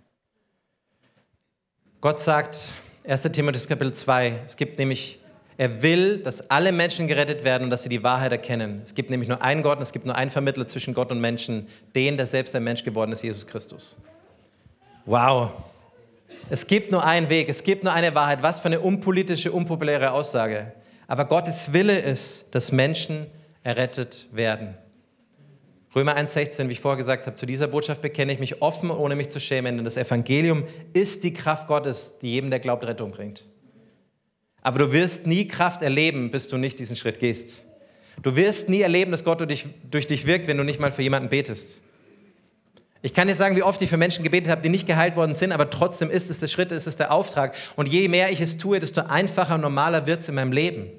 Gott sagt, erster Timotheus Kapitel zwei, es gibt nämlich, er will, dass alle Menschen gerettet werden und dass sie die Wahrheit erkennen. Es gibt nämlich nur einen Gott und es gibt nur einen Vermittler zwischen Gott und Menschen, den, der selbst ein Mensch geworden ist, Jesus Christus. Wow. Es gibt nur einen Weg, es gibt nur eine Wahrheit. Was für eine unpolitische, unpopuläre Aussage. Aber Gottes Wille ist, dass Menschen errettet werden. Römer eins sechzehn, wie ich vorher gesagt habe, zu dieser Botschaft bekenne ich mich offen, ohne mich zu schämen, denn das Evangelium ist die Kraft Gottes, die jedem, der glaubt, Rettung bringt. Aber du wirst nie Kraft erleben, bis du nicht diesen Schritt gehst. Du wirst nie erleben, dass Gott durch dich, durch dich wirkt, wenn du nicht mal für jemanden betest. Ich kann dir sagen, wie oft ich für Menschen gebetet habe, die nicht geheilt worden sind, aber trotzdem ist es der Schritt, ist es der Auftrag. Und je mehr ich es tue, desto einfacher und normaler wird es in meinem Leben.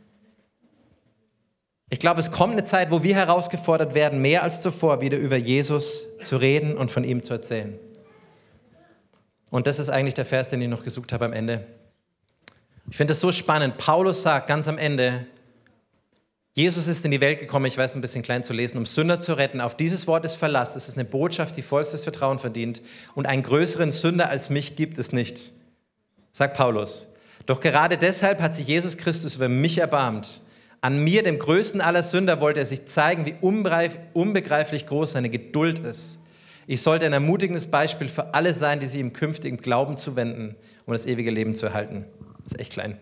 Ich glaube, es kommt eine Zeit, wo wir herausgefordert werden, mehr als zuvor wieder über Jesus zu reden und von ihm zu erzählen. Und das ist eigentlich der Vers, den ich noch gesucht habe am Ende. Ich finde es so spannend. Paulus sagt ganz am Ende, Jesus ist in die Welt gekommen, ich weiß, ein bisschen klein zu lesen, um Sünder zu retten. Auf dieses Wort ist Verlass. Das ist eine Botschaft, die vollstes Vertrauen verdient. Und einen größeren Sünder als mich gibt es nicht, sagt Paulus. Doch gerade deshalb hat sich Jesus Christus über mich erbarmt. An mir, dem größten aller Sünder, wollte er sich zeigen, wie unbegreiflich groß seine Geduld ist. Ich sollte ein ermutigendes Beispiel für alle sein, die sich im künftigen Glauben zuwenden, um das ewige Leben zu erhalten. Das ist echt klein.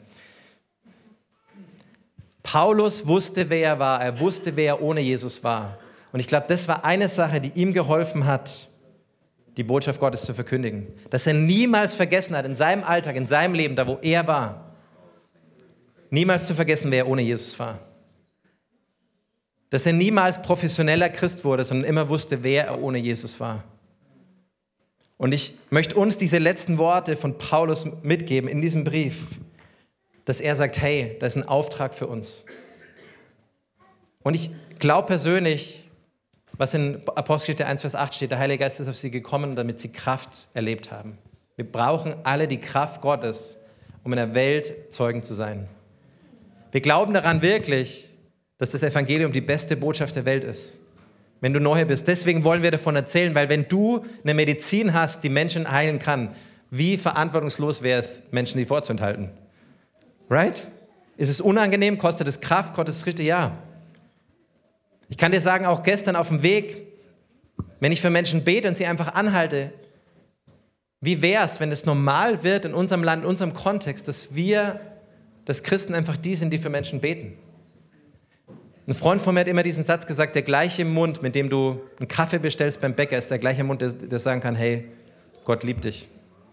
Paulus wusste, wer er war. Er wusste, wer er ohne Jesus war. Und ich glaube, das war eine Sache, die ihm geholfen hat, die Botschaft Gottes zu verkündigen. Dass er niemals vergessen hat, in seinem Alltag, in seinem Leben, da wo er war, niemals zu vergessen, wer er ohne Jesus war. Dass er niemals professioneller Christ wurde, sondern immer wusste, wer er ohne Jesus war. Und ich möchte uns diese letzten Worte von Paulus mitgeben in diesem Brief, dass er sagt, hey, das ist ein Auftrag für uns. Und ich glaube persönlich, was in Apostelgeschichte eins, Vers acht steht, der Heilige Geist ist auf sie gekommen, damit sie Kraft erlebt haben. Wir brauchen alle die Kraft Gottes, um in der Welt Zeugen zu sein. Wir glauben daran wirklich, dass das Evangelium die beste Botschaft der Welt ist, wenn du neu bist. Deswegen wollen wir davon erzählen, weil wenn du eine Medizin hast, die Menschen heilen kann, wie verantwortungslos wäre es, Menschen die vorzuenthalten? Right? Ist es unangenehm? Kostet es Kraft? Kostet es Schritte? Ja. Ich kann dir sagen, auch gestern auf dem Weg, wenn ich für Menschen bete und sie einfach anhalte, wie wäre es, wenn es normal wird in unserem Land, in unserem Kontext, dass wir, dass Christen einfach die sind, die für Menschen beten? Ein Freund von mir hat immer diesen Satz gesagt, der gleiche Mund, mit dem du einen Kaffee bestellst beim Bäcker, ist der gleiche Mund, der, der sagen kann, hey, Gott liebt dich.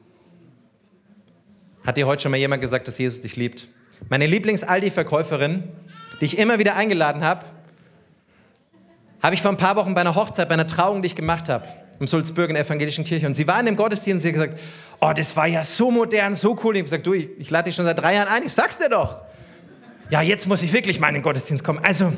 Hat dir heute schon mal jemand gesagt, dass Jesus dich liebt? Meine Lieblings-Aldi-Verkäuferin, die ich immer wieder eingeladen habe, habe ich vor ein paar Wochen bei einer Hochzeit, bei einer Trauung, die ich gemacht habe, im Sulzburg in der evangelischen Kirche. Und sie war in dem Gottesdienst und sie hat gesagt, oh, das war ja so modern, so cool. Und ich habe gesagt, du, ich, ich lade dich schon seit drei Jahren ein, ich sag's dir doch. Ja, jetzt muss ich wirklich mal in den Gottesdienst kommen. Also,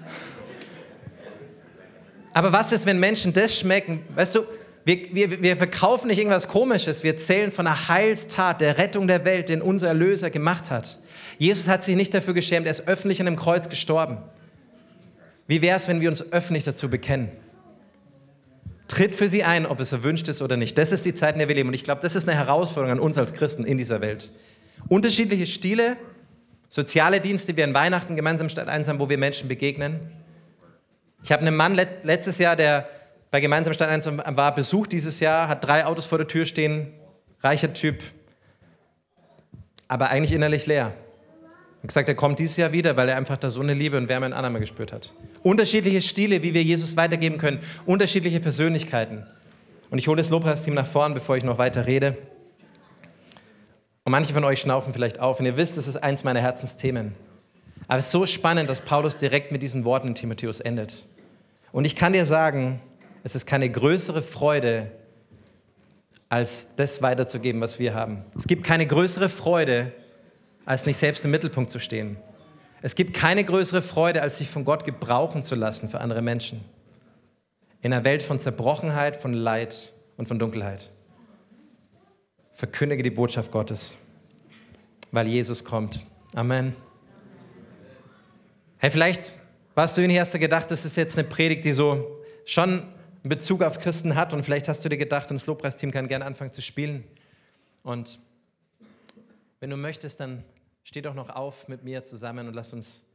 aber was ist, wenn Menschen das schmecken? Weißt du, wir, wir, wir verkaufen nicht irgendwas Komisches, wir erzählen von einer Heilstat, der Rettung der Welt, den unser Erlöser gemacht hat. Jesus hat sich nicht dafür geschämt, er ist öffentlich an einem Kreuz gestorben. Wie wäre es, wenn wir uns öffentlich dazu bekennen? Tritt für sie ein, ob es erwünscht ist oder nicht. Das ist die Zeit, in der wir leben. Und ich glaube, das ist eine Herausforderung an uns als Christen in dieser Welt. Unterschiedliche Stile, soziale Dienste, wir an Weihnachten gemeinsam statt einsam, wo wir Menschen begegnen. Ich habe einen Mann let- letztes Jahr, der bei Gemeinsam statt einsam war, besucht dieses Jahr, hat drei Autos vor der Tür stehen, reicher Typ, aber eigentlich innerlich leer. Er hat gesagt, er kommt dieses Jahr wieder, weil er einfach da so eine Liebe und Wärme in Annahme gespürt hat. Unterschiedliche Stile, wie wir Jesus weitergeben können, unterschiedliche Persönlichkeiten. Und ich hole das Lobpreisteam nach vorn, bevor ich noch weiter rede. Und manche von euch schnaufen vielleicht auf und ihr wisst, das ist eins meiner Herzensthemen. Aber es ist so spannend, dass Paulus direkt mit diesen Worten in Timotheus endet. Und ich kann dir sagen, es ist keine größere Freude, als das weiterzugeben, was wir haben. Es gibt keine größere Freude, als nicht selbst im Mittelpunkt zu stehen. Es gibt keine größere Freude, als sich von Gott gebrauchen zu lassen für andere Menschen. In einer Welt von Zerbrochenheit, von Leid und von Dunkelheit. Verkündige die Botschaft Gottes, weil Jesus kommt. Amen. Hey, vielleicht warst du in hier, hast du gedacht, das ist jetzt eine Predigt, die so schon in Bezug auf Christen hat und vielleicht hast du dir gedacht, und das Lobpreisteam kann gerne anfangen zu spielen. Und wenn du möchtest, dann steh doch noch auf mit mir zusammen und lass uns